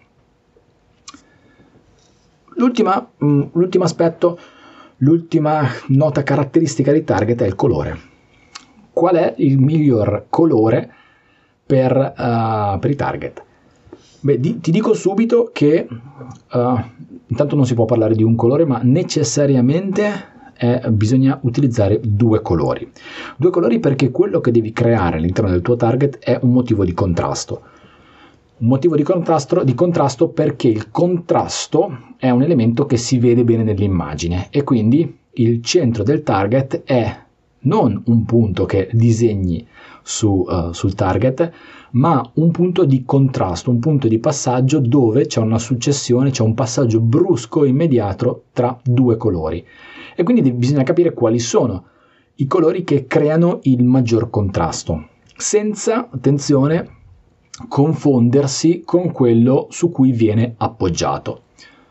L'ultima, mh, l'ultimo aspetto, l'ultima nota caratteristica dei target è il colore. Qual è il miglior colore per, uh, per i target? Beh, di, ti dico subito che uh, intanto non si può parlare di un colore, ma necessariamente Eh, bisogna utilizzare due colori. Due colori perché quello che devi creare all'interno del tuo target è un motivo di contrasto. Un motivo di contrasto, di contrasto perché il contrasto è un elemento che si vede bene nell'immagine, e quindi il centro del target è non un punto che disegni su, uh, sul target, ma un punto di contrasto, un punto di passaggio dove c'è una successione, c'è un passaggio brusco, immediato tra due colori. E quindi bisogna capire quali sono i colori che creano il maggior contrasto, senza, attenzione, confondersi con quello su cui viene appoggiato.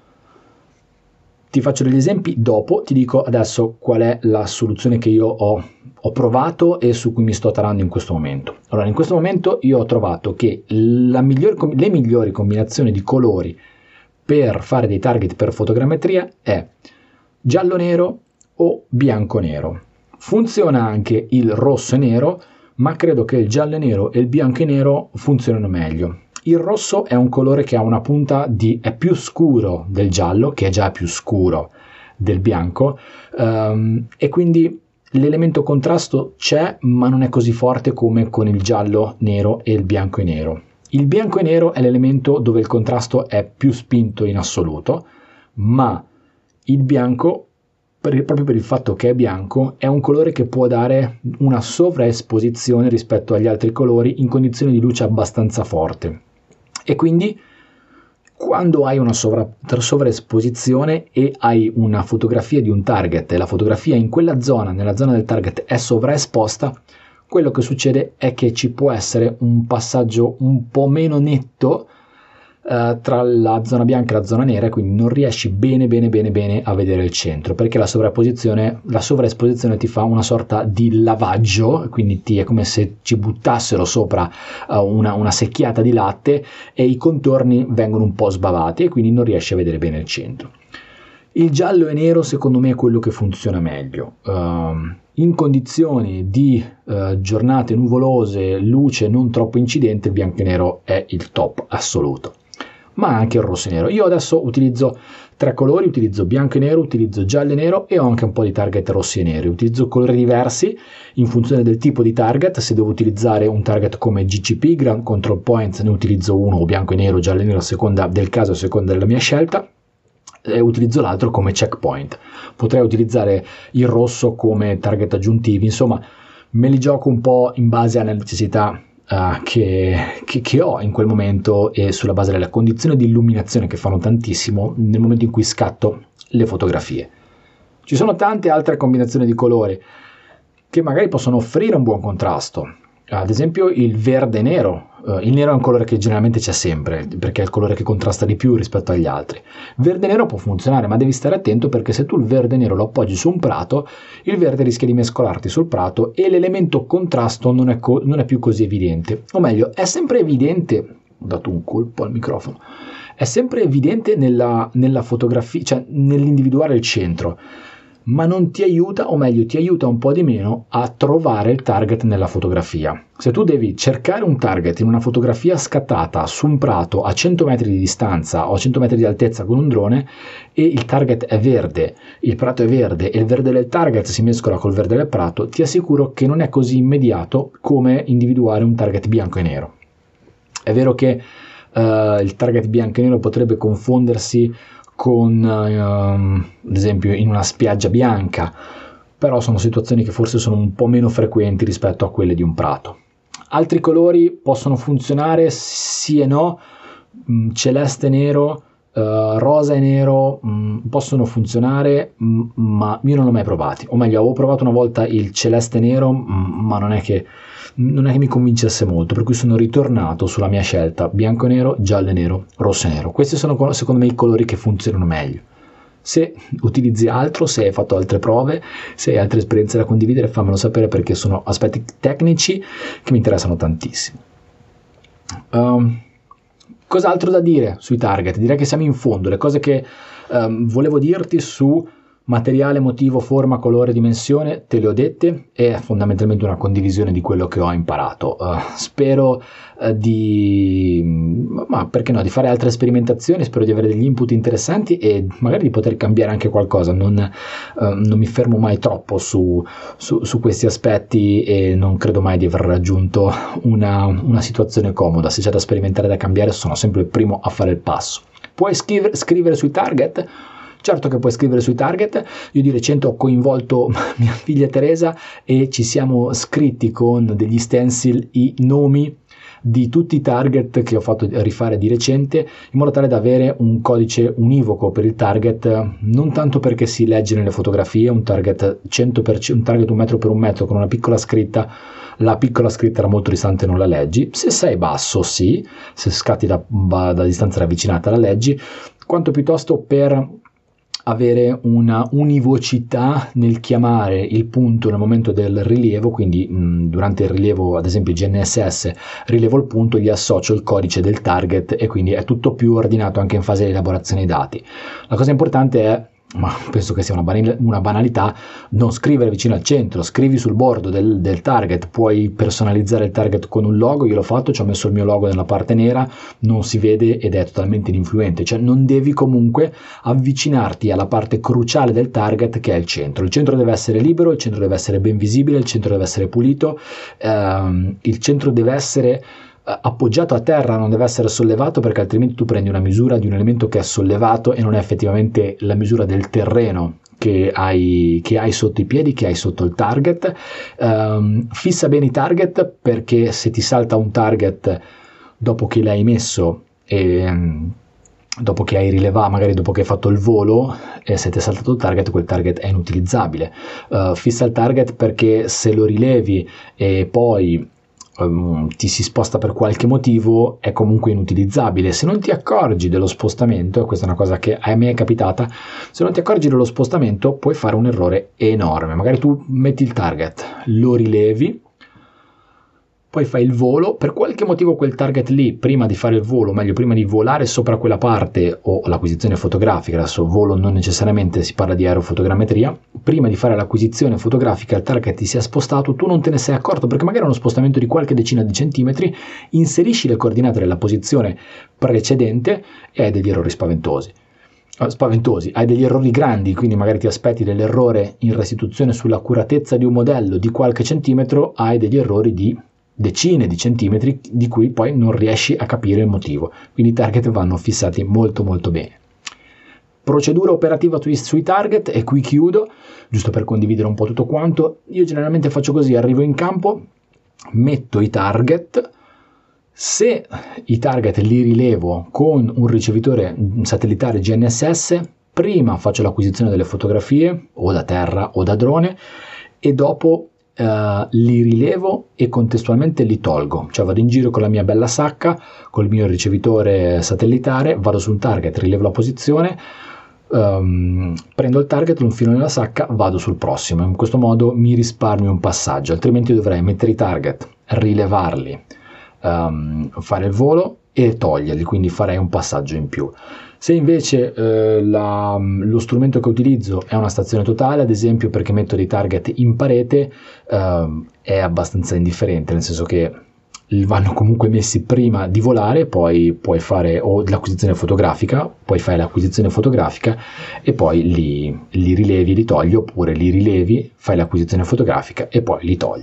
Ti faccio degli esempi dopo, ti dico adesso qual è la soluzione che io ho, ho provato e su cui mi sto tarando in questo momento. Allora, in questo momento io ho trovato che la miglior, le migliori combinazioni di colori per fare dei target per fotogrammetria è giallo-nero o bianco-nero. Funziona anche il rosso e nero, ma credo che il giallo e nero e il bianco e nero funzionino meglio. Il rosso è un colore che ha una punta di è più scuro del giallo, che è già più scuro del bianco, um, e quindi l'elemento contrasto c'è, ma non è così forte come con il giallo nero e il bianco e nero. Il bianco e nero è l'elemento dove il contrasto è più spinto in assoluto, ma il bianco, per, proprio per il fatto che è bianco, è un colore che può dare una sovraesposizione rispetto agli altri colori in condizioni di luce abbastanza forte, e quindi quando hai una sovra, sovraesposizione e hai una fotografia di un target e la fotografia in quella zona, nella zona del target, è sovraesposta, quello che succede è che ci può essere un passaggio un po' meno netto Uh, tra la zona bianca e la zona nera, quindi non riesci bene bene bene bene a vedere il centro, perché la sovrapposizione la sovraesposizione ti fa una sorta di lavaggio, quindi ti è come se ci buttassero sopra uh, una, una secchiata di latte, e i contorni vengono un po' sbavati e quindi non riesci a vedere bene il centro. Il giallo e nero secondo me è quello che funziona meglio. Uh, in condizioni di uh, giornate nuvolose, luce non troppo incidente, il bianco e nero è il top assoluto. ma anche il rosso e nero. Io adesso utilizzo tre colori, utilizzo bianco e nero, utilizzo giallo e nero e ho anche un po' di target rossi e neri. Utilizzo colori diversi in funzione del tipo di target. Se devo utilizzare un target come G C P, Ground Control Points, ne utilizzo uno o bianco e nero, giallo e nero a seconda del caso, a seconda della mia scelta, e utilizzo l'altro come checkpoint. Potrei utilizzare il rosso come target aggiuntivi, insomma me li gioco un po' in base alle necessità Uh, che, che, che ho in quel momento e sulla base delle condizioni di illuminazione che fanno tantissimo nel momento in cui scatto le fotografie. Ci sono tante altre combinazioni di colori che magari possono offrire un buon contrasto, ad esempio il verde nero. Uh, il nero è un colore che generalmente c'è sempre perché è il colore che contrasta di più rispetto agli altri. Verde nero può funzionare, ma devi stare attento perché se tu il verde nero lo appoggi su un prato, il verde rischia di mescolarti sul prato e l'elemento contrasto non è, co- non è più così evidente, o meglio è sempre evidente. Ho dato un colpo al microfono. È sempre evidente nella, nella fotografia, cioè nell'individuare il centro, ma non ti aiuta, o meglio ti aiuta un po' di meno a trovare il target nella fotografia. Se tu devi cercare un target in una fotografia scattata su un prato a cento metri di distanza o a cento metri di altezza con un drone e il target è verde, il prato è verde e il verde del target si mescola col verde del prato, ti assicuro che non è così immediato come individuare un target bianco e nero. È vero che uh, il target bianco e nero potrebbe confondersi con uh, ad esempio in una spiaggia bianca, però sono situazioni che forse sono un po' meno frequenti rispetto a quelle di un prato. Altri colori possono funzionare sì e no, mm, celeste e nero, uh, rosa e nero mm, possono funzionare, mm, ma io non l'ho mai provati, o meglio avevo provato una volta il celeste e nero, mm, ma non è che non è che mi convincesse molto, per cui sono ritornato sulla mia scelta bianco e nero, giallo e nero, rosso e nero. Questi sono secondo me i colori che funzionano meglio. Se utilizzi altro, se hai fatto altre prove, se hai altre esperienze da condividere, fammelo sapere perché sono aspetti tecnici che mi interessano tantissimo. Um, cos'altro da dire sui target? Direi che siamo in fondo. Le cose che um, volevo dirti su materiale, motivo, forma, colore, dimensione, te le ho dette, è fondamentalmente una condivisione di quello che ho imparato. Uh, spero uh, di, ma perché no, di fare altre sperimentazioni, spero di avere degli input interessanti e magari di poter cambiare anche qualcosa. Non, uh, non mi fermo mai troppo su, su, su questi aspetti e non credo mai di aver raggiunto una, una situazione comoda. Se c'è da sperimentare, da cambiare, sono sempre il primo a fare il passo. Puoi scrivere, scrivere sui target? Certo che puoi scrivere sui target. Io di recente ho coinvolto mia figlia Teresa e ci siamo scritti con degli stencil i nomi di tutti i target che ho fatto rifare di recente, in modo tale da avere un codice univoco per il target, non tanto perché si legge nelle fotografie un target cento per cento, un target un metro per un metro con una piccola scritta. La piccola scritta da molto distante non la leggi, se sei basso sì, se scatti da, da distanza ravvicinata la leggi, quanto piuttosto per avere una univocità nel chiamare il punto nel momento del rilievo, quindi mh, durante il rilievo, ad esempio G N S S, rilevo il punto, gli associo il codice del target e quindi è tutto più ordinato anche in fase di elaborazione dei dati. La cosa importante è, ma penso che sia una, banal- una banalità, non scrivere vicino al centro, scrivi sul bordo del, del target. Puoi personalizzare il target con un logo, io l'ho fatto, ci ho messo il mio logo nella parte nera, non si vede ed è totalmente ininfluente, cioè non devi comunque avvicinarti alla parte cruciale del target che è il centro. Il centro deve essere libero, il centro deve essere ben visibile, il centro deve essere pulito, ehm, il centro deve essere appoggiato a terra, non deve essere sollevato, perché altrimenti tu prendi una misura di un elemento che è sollevato e non è effettivamente la misura del terreno che hai, che hai sotto i piedi, che hai sotto il target. Um, fissa bene i target, perché se ti salta un target dopo che l'hai messo e dopo che hai rilevato, magari dopo che hai fatto il volo, e se ti è saltato il target, quel target è inutilizzabile. Uh, fissa il target, perché se lo rilevi e poi ti si sposta per qualche motivo, è comunque inutilizzabile. Se non ti accorgi dello spostamento, questa è una cosa che a me è capitata, se non ti accorgi dello spostamento puoi fare un errore enorme. Magari tu metti il target, lo rilevi, poi fai il volo, per qualche motivo quel target lì, prima di fare il volo, o meglio prima di volare sopra quella parte o l'acquisizione fotografica, adesso volo non necessariamente si parla di aerofotogrammetria, prima di fare l'acquisizione fotografica il target ti sia spostato, tu non te ne sei accorto perché magari è uno spostamento di qualche decina di centimetri, inserisci le coordinate nella posizione precedente e hai degli errori spaventosi. spaventosi, hai degli errori grandi, quindi magari ti aspetti dell'errore in restituzione sull'accuratezza di un modello di qualche centimetro, hai degli errori di decine di centimetri di cui poi non riesci a capire il motivo, quindi i target vanno fissati molto molto bene. Procedura operativa sui, sui target, e qui chiudo, giusto per condividere un po' tutto quanto. Io generalmente faccio così: arrivo in campo, metto i target, se i target li rilevo con un ricevitore satellitare G N S S, prima faccio l'acquisizione delle fotografie o da terra o da drone e dopo Uh, li rilevo e contestualmente li tolgo, cioè vado in giro con la mia bella sacca, col mio ricevitore satellitare, vado su un target, rilevo la posizione, um, prendo il target, lo infilo nella sacca, vado sul prossimo. In questo modo mi risparmio un passaggio, altrimenti dovrei mettere i target, rilevarli, um, fare il volo e toglierli, quindi farei un passaggio in più. Se invece eh, la, lo strumento che utilizzo è una stazione totale, ad esempio perché metto dei target in parete, eh, è abbastanza indifferente, nel senso che vanno comunque messi prima di volare, poi puoi fare o l'acquisizione fotografica, poi fai l'acquisizione fotografica e poi li, li rilevi e li togli, oppure li rilevi, fai l'acquisizione fotografica e poi li togli.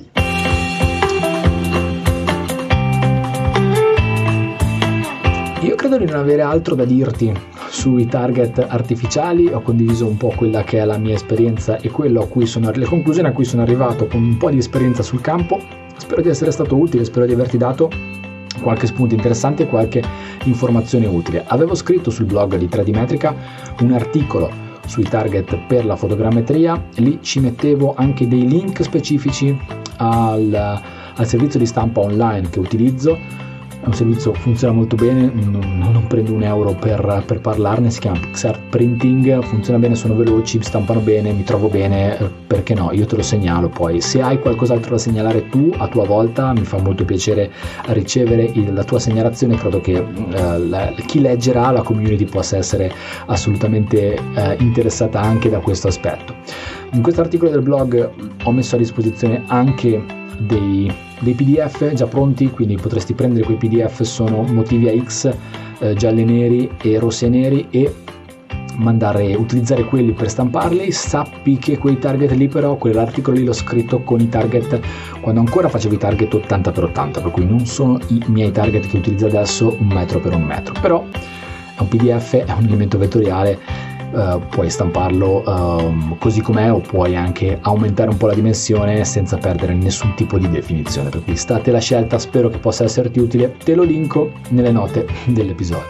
Io credo di non avere altro da dirti sui target artificiali. Ho condiviso un po' quella che è la mia esperienza e quello a cui sono, le conclusioni a cui sono arrivato con un po' di esperienza sul campo. Spero di essere stato utile, spero di averti dato qualche spunto interessante e qualche informazione utile. Avevo scritto sul blog di tre D Metrica un articolo sui target per la fotogrammetria, lì ci mettevo anche dei link specifici al, al servizio di stampa online che utilizzo. È un servizio che funziona molto bene, non, non prendo un euro per, per parlarne, si chiama PixArt Printing, funziona bene, sono veloci, stampano bene, mi trovo bene, perché no, io te lo segnalo. Poi se hai qualcos'altro da segnalare tu a tua volta, mi fa molto piacere ricevere il, la tua segnalazione. Credo che eh, la, chi leggerà, la community, possa essere assolutamente eh, interessata anche da questo aspetto. In questo articolo del blog ho messo a disposizione anche dei, dei P D F già pronti, quindi potresti prendere quei P D F, sono motivi a X, eh, gialli e neri e rossi e neri, e mandare, utilizzare quelli per stamparli. Sappi che quei target lì, però quell'articolo lì l'ho scritto con i target quando ancora facevo i target ottanta per ottanta, per cui non sono i miei target che utilizzo adesso un metro per un metro, però è un P D F, è un elemento vettoriale. Uh, puoi stamparlo uh, così com'è, o puoi anche aumentare un po' la dimensione senza perdere nessun tipo di definizione, per cui state la scelta. Spero che possa esserti utile, te lo linko nelle note dell'episodio.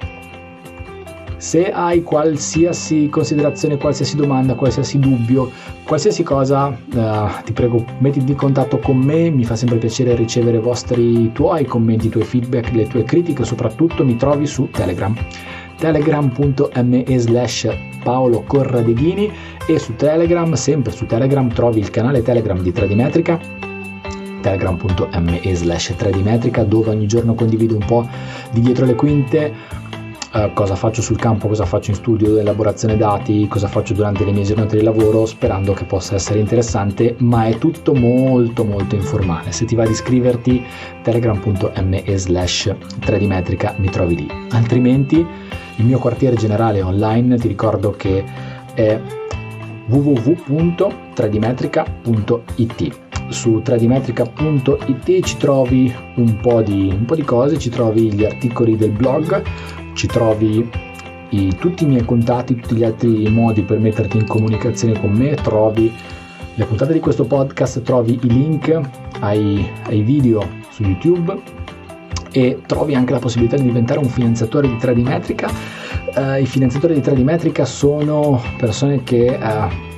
Se hai qualsiasi considerazione, qualsiasi domanda, qualsiasi dubbio, qualsiasi cosa, uh, ti prego mettiti in contatto con me, mi fa sempre piacere ricevere i vostri tuoi commenti, i tuoi feedback, le tue critiche. Soprattutto mi trovi su Telegram, telegram.me slash Paolo Corradeghini, e su Telegram, sempre su Telegram, trovi il canale Telegram di tre D Metrica, telegram.me slash tre D Metrica, dove ogni giorno condivido un po' di dietro le quinte, uh, cosa faccio sul campo, cosa faccio in studio, elaborazione dati, cosa faccio durante le mie giornate di lavoro, sperando che possa essere interessante, ma è tutto molto molto informale. Se ti va di iscriverti, telegram.me slash tre D Metrica, mi trovi lì. Altrimenti il mio quartiere generale online, ti ricordo che è w w w punto tre d metrica punto i t. Su tre d metrica punto i t ci trovi un po' di, un po' di cose, ci trovi gli articoli del blog, ci trovi i, tutti i miei contatti, tutti gli altri modi per metterti in comunicazione con me, trovi le puntate di questo podcast, trovi i link ai, ai video su YouTube, e trovi anche la possibilità di diventare un finanziatore di tre D Metrica. Uh, I finanziatori di tre D Metrica sono persone che uh,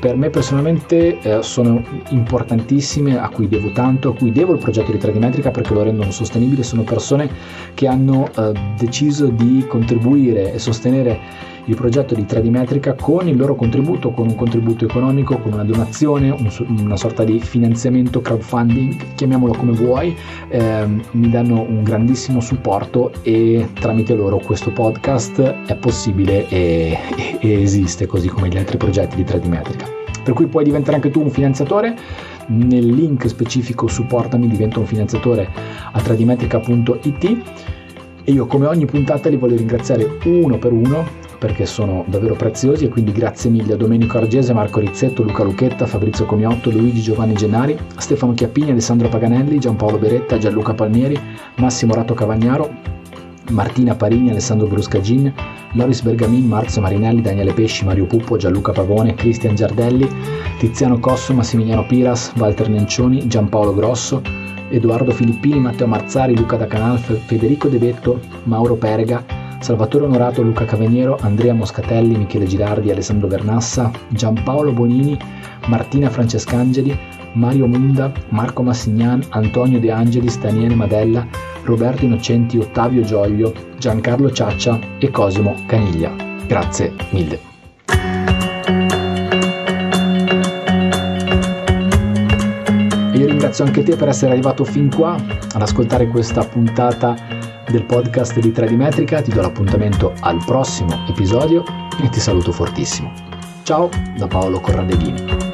per me personalmente eh, sono importantissime, a cui devo tanto, a cui devo il progetto di tre D Metrica perché lo rendono sostenibile. Sono persone che hanno eh, deciso di contribuire e sostenere il progetto di tre D Metrica con il loro contributo, con un contributo economico, con una donazione, un, una sorta di finanziamento, crowdfunding, chiamiamolo come vuoi. Eh, mi danno un grandissimo supporto e tramite loro questo podcast è possibile e, e, e esiste, così come gli altri progetti di tre D Metrica. Per cui puoi diventare anche tu un finanziatore. Nel link specifico supportami, diventa un finanziatore a tre D metrica punto it, e io come ogni puntata li voglio ringraziare uno per uno perché sono davvero preziosi, e quindi grazie mille a Domenico Argese, Marco Rizzetto, Luca Lucchetta, Fabrizio Comiotto, Luigi Giovanni Gennari, Stefano Chiappini, Alessandro Paganelli, Giampaolo Beretta, Gianluca Palmieri, Massimo Rato Cavagnaro, Martina Parini, Alessandro Bruscagin, Loris Bergamin, Marzio Marinelli, Daniele Pesci, Mario Puppo, Gianluca Pavone, Cristian Giardelli, Tiziano Cosso, Massimiliano Piras, Walter Nencioni, Giampaolo Grosso, Edoardo Filippini, Matteo Marzari, Luca da Canalfe, Federico De Betto, Mauro Perega, Salvatore Onorato, Luca Caveniero, Andrea Moscatelli, Michele Girardi, Alessandro Vernassa, Giampaolo Bonini, Martina Francescangeli, Mario Munda, Marco Massignan, Antonio De Angelis, Daniele Madella, Roberto Innocenti, Ottavio Gioglio, Giancarlo Ciaccia e Cosimo Caniglia. Grazie mille. E io ringrazio anche te per essere arrivato fin qua ad ascoltare questa puntata del podcast di tre D Metrica. Ti do l'appuntamento al prossimo episodio e ti saluto fortissimo. Ciao da Paolo Corradeghini.